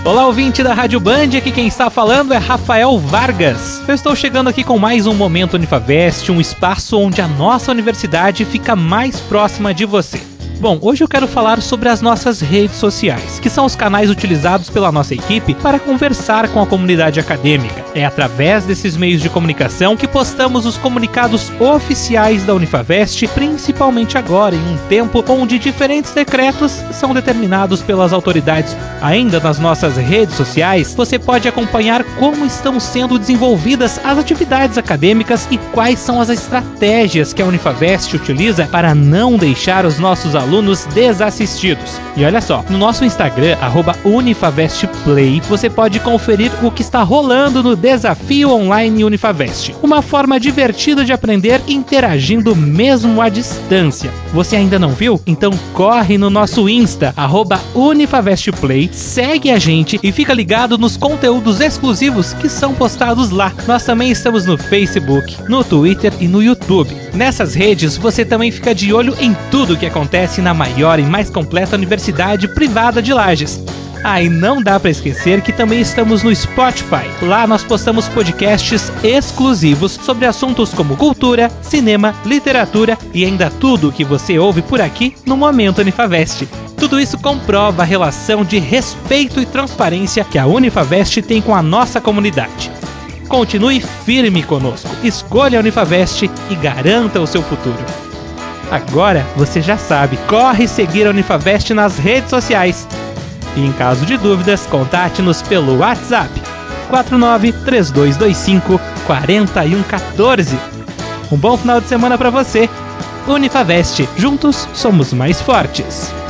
Olá, ouvinte da Rádio Band, aqui quem está falando é Rafael Vargas. Eu estou chegando aqui com mais um Momento Unifavest, um espaço onde a nossa universidade fica mais próxima de você. Bom, hoje eu quero falar sobre as nossas redes sociais, que são os canais utilizados pela nossa equipe para conversar com a comunidade acadêmica. É através desses meios de comunicação que postamos os comunicados oficiais da Unifavest, principalmente agora, em um tempo onde diferentes decretos são determinados pelas autoridades. Ainda nas nossas redes sociais, você pode acompanhar como estão sendo desenvolvidas as atividades acadêmicas e quais são as estratégias que a Unifavest utiliza para não deixar os nossos alunos desassistidos. E olha só, no nosso Instagram, @UnifavestPlay, você pode conferir o que está rolando no Desafio Online Unifavest. Uma forma divertida de aprender interagindo mesmo à distância. Você ainda não viu? Então corre no nosso Insta, @UnifavestPlay, segue a gente e fica ligado nos conteúdos exclusivos que são postados lá. Nós também estamos no Facebook, no Twitter e no YouTube. Nessas redes, você também fica de olho em tudo que acontece na maior e mais completa universidade privada de Lages. E não dá para esquecer que também estamos no Spotify. Lá nós postamos podcasts exclusivos sobre assuntos como cultura, cinema, literatura e ainda tudo o que você ouve por aqui no Momento Unifavest. Tudo isso comprova a relação de respeito e transparência que a Unifavest tem com a nossa comunidade. Continue firme conosco, escolha a Unifavest e garanta o seu futuro. Agora você já sabe, corre seguir a Unifavest nas redes sociais. E em caso de dúvidas, contate-nos pelo WhatsApp 4932254114. Um bom final de semana para você. Unifavest, juntos somos mais fortes.